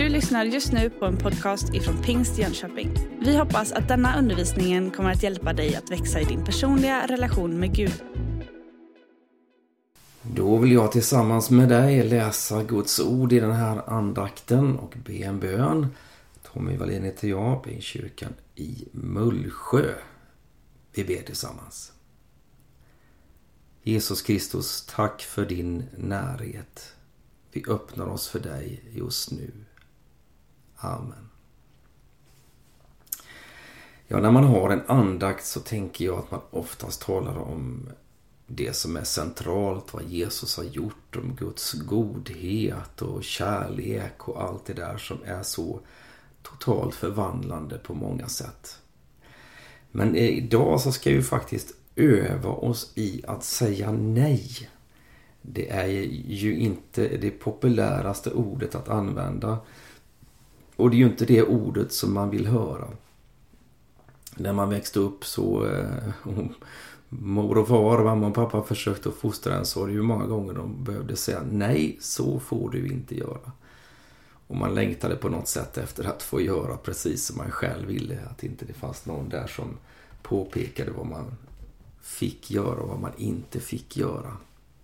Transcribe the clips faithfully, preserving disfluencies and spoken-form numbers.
Du lyssnar just nu på en podcast ifrån Pingst Jönköping. Vi hoppas att denna undervisning kommer att hjälpa dig att växa i din personliga relation med Gud. Då vill jag tillsammans med dig läsa Guds ord i den här andakten och be en bön. Tommy Wallin heter jag, i kyrkan i Mullsjö. Vi ber tillsammans. Jesus Kristus, tack för din närhet. Vi öppnar oss för dig just nu. Amen. Ja, när man har en andakt så tänker jag att man oftast talar om det som är centralt, vad Jesus har gjort, om Guds godhet och kärlek och allt det där som är så totalt förvandlande på många sätt. Men idag så ska vi faktiskt öva oss i att säga nej. Det är ju inte det populäraste ordet att använda. Och det är ju inte det ordet som man vill höra. När man växte upp så eh, mor och far, mamma och pappa försökte att fostra en, så var det ju många gånger de behövde säga nej, så får du inte göra. Och man längtade på något sätt efter att få göra precis som man själv ville. Att inte det fanns någon där som påpekade vad man fick göra och vad man inte fick göra.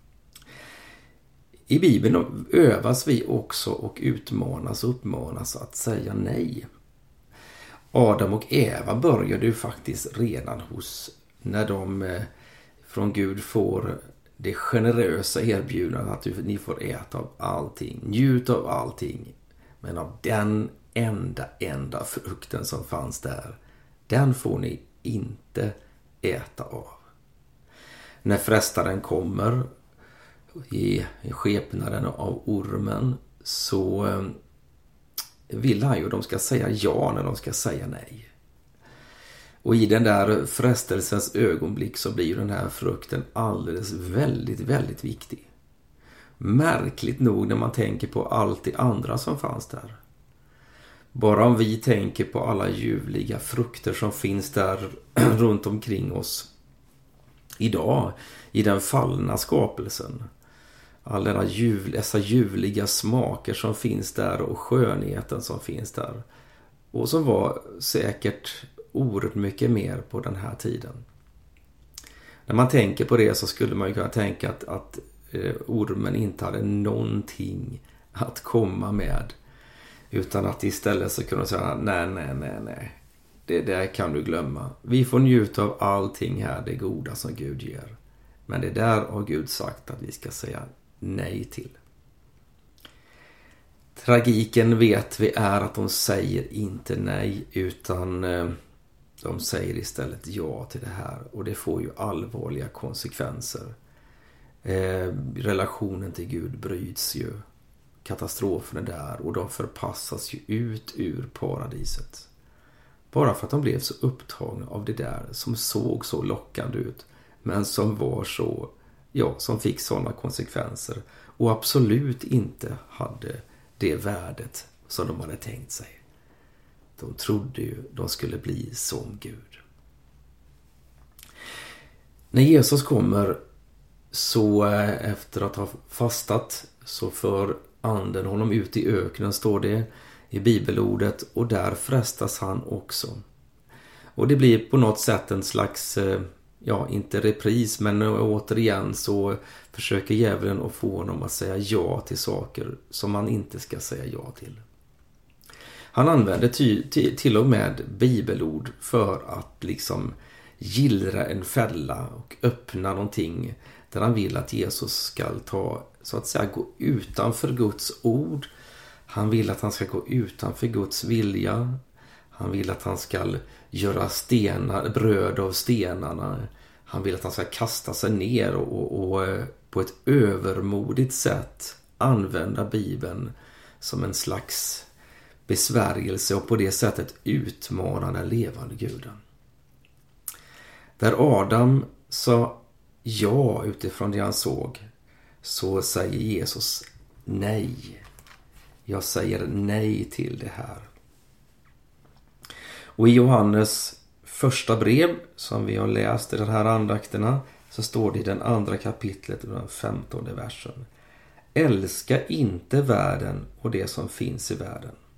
I Bibeln övas vi också och utmanas och uppmanas att säga nej. Adam och Eva började ju faktiskt redan hos när de från Gud får det generösa erbjudandet att ni får äta av allting, njut av allting. Men av den enda, enda frukten som fanns där, den får ni inte äta av. När frestaren kommer i skepnaden av ormen så vill han ju att de ska säga ja när de ska säga nej. Och i den där frestelsens ögonblick så blir den här frukten alldeles väldigt, väldigt viktig. Märkligt nog när man tänker på allt det andra som fanns där. Bara om vi tänker på alla ljuvliga frukter som finns där runt omkring oss idag i den fallna skapelsen. Alla ljuvliga, dessa ljuvliga smaker som finns där och skönheten som finns där. Och som var säkert oerhört mycket mer på den här tiden. När man tänker på det så skulle man ju kunna tänka att, att eh, ormen inte hade någonting att komma med. Utan att istället så kunde man säga nej, nej, nej, nej. Det där kan du glömma. Vi får njuta av allting här, det goda som Gud ger. Men det där har Gud sagt att vi ska säga nej till. Tragiken vet vi är att de säger inte nej utan eh, de säger istället ja till det här. Och det får ju allvarliga konsekvenser. Eh, relationen till Gud bryts ju. Katastrofen är där och de förpassas ju ut ur paradiset. Bara för att de blev så upptagna av det där som såg så lockande ut. Men som var så, ja, som fick sådana konsekvenser. Och absolut inte hade det värdet som de hade tänkt sig. De trodde ju de skulle bli som Gud. När Jesus kommer så efter att ha fastat så för anden honom ut i öknen, står det i bibelordet, och där frestas han också. Och det blir på något sätt en slags, ja, inte repris, men återigen så försöker djävulen att få honom att säga ja till saker som man inte ska säga ja till. Han använder ty, ty, till och med bibelord för att liksom gillra en fälla och öppna någonting där han vill att Jesus ska ta, så att säga, gå utanför Guds ord. Han vill att han ska gå utanför Guds vilja. Han vill att han ska göra stenar, bröd av stenarna. Han vill att han ska kasta sig ner och, och, och på ett övermodigt sätt använda Bibeln som en slags besvärjelse och på det sättet utmana den levande guden. Där Adam sa ja utifrån det han såg, så säger Jesus nej. Jag säger nej till det här. Och i Johannes första brev som vi har läst i de här andakterna så står det i den andra kapitlet och den femtonde versen: älska inte världen och det som finns i världen.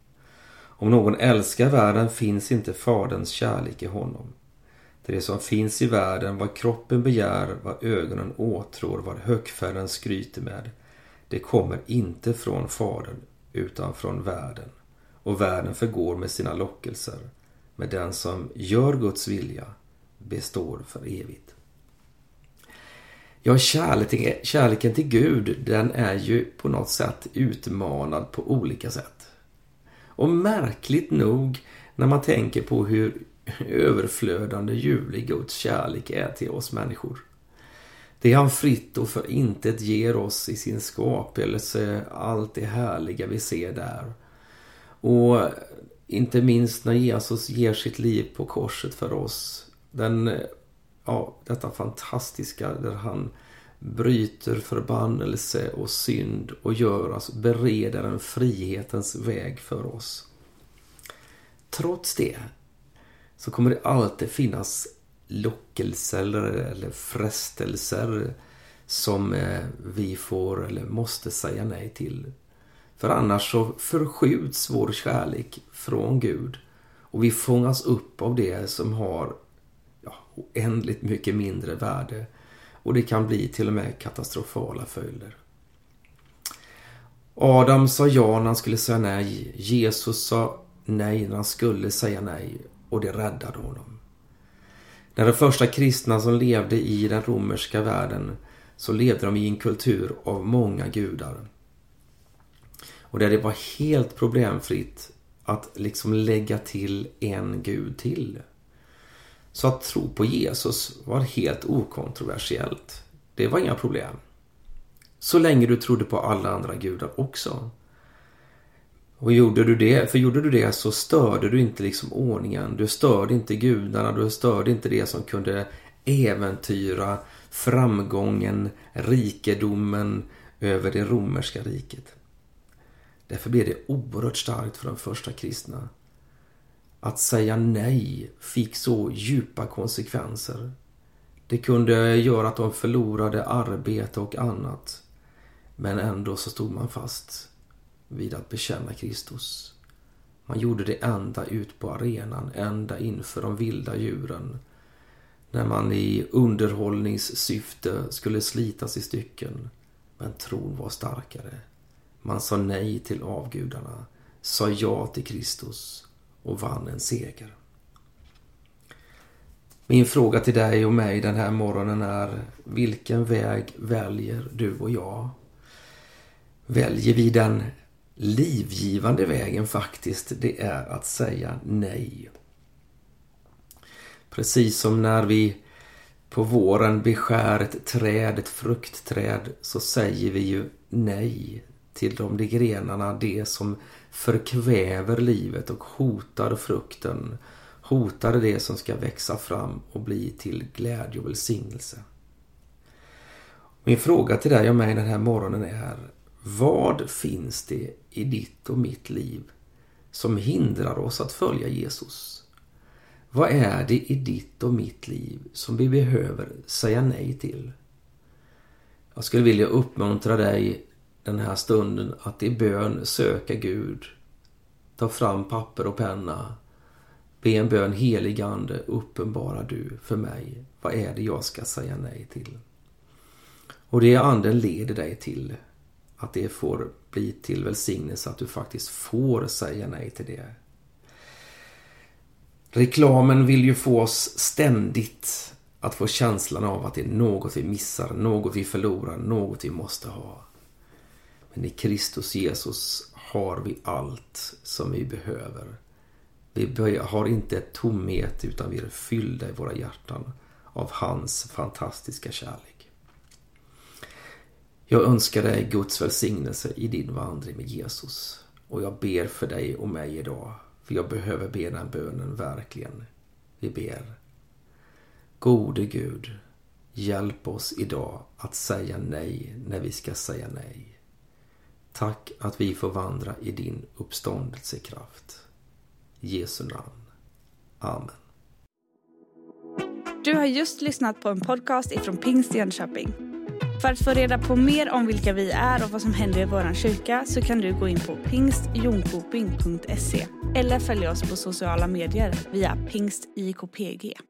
Om någon älskar världen finns inte faderns kärlek i honom. Det som finns i världen, vad kroppen begär, vad ögonen åtrår, vad högfärden skryter med, det kommer inte från fadern utan från världen. Och världen förgår med sina lockelser. Men den som gör Guds vilja består för evigt. Ja, kärleken, kärleken till Gud, den är ju på något sätt utmanad på olika sätt. Och märkligt nog, när man tänker på hur överflödande ljuvlig Guds kärlek är till oss människor. Det han fritt och för intet ger oss i sin skapelse, allt det härliga vi ser där. Och inte minst när Jesus ger sitt liv på korset för oss. Den, ja, detta fantastiska där han bryter förbannelse och synd och gör oss, bereder en frihetens väg för oss. Trots det så kommer det alltid finnas lockelser eller frestelser som vi får eller måste säga nej till. För annars så förskjuts vår kärlek från Gud och vi fångas upp av det som har ja, oändligt mycket mindre värde, och det kan bli till och med katastrofala följder. Adam sa ja när han skulle säga nej. Jesus sa nej när han skulle säga nej, och det räddade honom. När de första kristna som levde i den romerska världen, så levde de i en kultur av många gudar. Och där det var helt problemfritt att liksom lägga till en gud till. Så att tro på Jesus var helt okontroversiellt. Det var inga problem. Så länge du trodde på alla andra gudar också. Och gjorde du det, för gjorde du det så störde du inte liksom ordningen. Du störde inte gudarna, du störde inte det som kunde äventyra framgången, rikedomen över det romerska riket. Därför blev det oerhört starkt för de första kristna. Att säga nej fick så djupa konsekvenser. Det kunde göra att de förlorade arbete och annat. Men ändå så stod man fast vid att bekänna Kristus. Man gjorde det ända ut på arenan, ända inför de vilda djuren. När man i underhållningssyfte skulle slitas i stycken. Men tron var starkare. Man sa nej till avgudarna, sa ja till Kristus och vann en seger. Min fråga till dig och mig den här morgonen är: vilken väg väljer du och jag? Väljer vi den livgivande vägen faktiskt? Det är att säga nej. Precis som när vi på våren beskär ett träd, ett fruktträd, så säger vi ju nej till de grenarna, det som förkväver livet och hotar frukten, hotar det som ska växa fram och bli till glädje och välsignelse. Min fråga till dig och mig den här morgonen är: vad finns det i ditt och mitt liv som hindrar oss att följa Jesus? Vad är det i ditt och mitt liv som vi behöver säga nej till? Jag skulle vilja uppmuntra dig den här stunden att i bön söka Gud. Ta fram papper och penna. Be en bön: helig ande, uppenbara du för mig. Vad är det jag ska säga nej till? Och det anden leder dig till, att det får bli till välsignelse, att du faktiskt får säga nej till det. Reklamen vill ju få oss ständigt att få känslan av att det är något vi missar, något vi förlorar, något vi måste ha. Men i Kristus Jesus har vi allt som vi behöver. Vi har inte ett tomhet, utan vi är fyllda i våra hjärtan av hans fantastiska kärlek. Jag önskar dig Guds välsignelse i din vandring med Jesus. Och jag ber för dig och mig idag, för jag behöver be den bönen verkligen. Vi ber: gode Gud, hjälp oss idag att säga nej när vi ska säga nej. Tack att vi får vandra i din uppståndelsekraft. I Jesu namn. Amen. Du har just lyssnat på en podcast ifrån Pingst Jönköping. För att få reda på mer om vilka vi är och vad som händer i vår kyrka så kan du gå in på pingstjonkoping punkt se eller följa oss på sociala medier via pingst I K P G.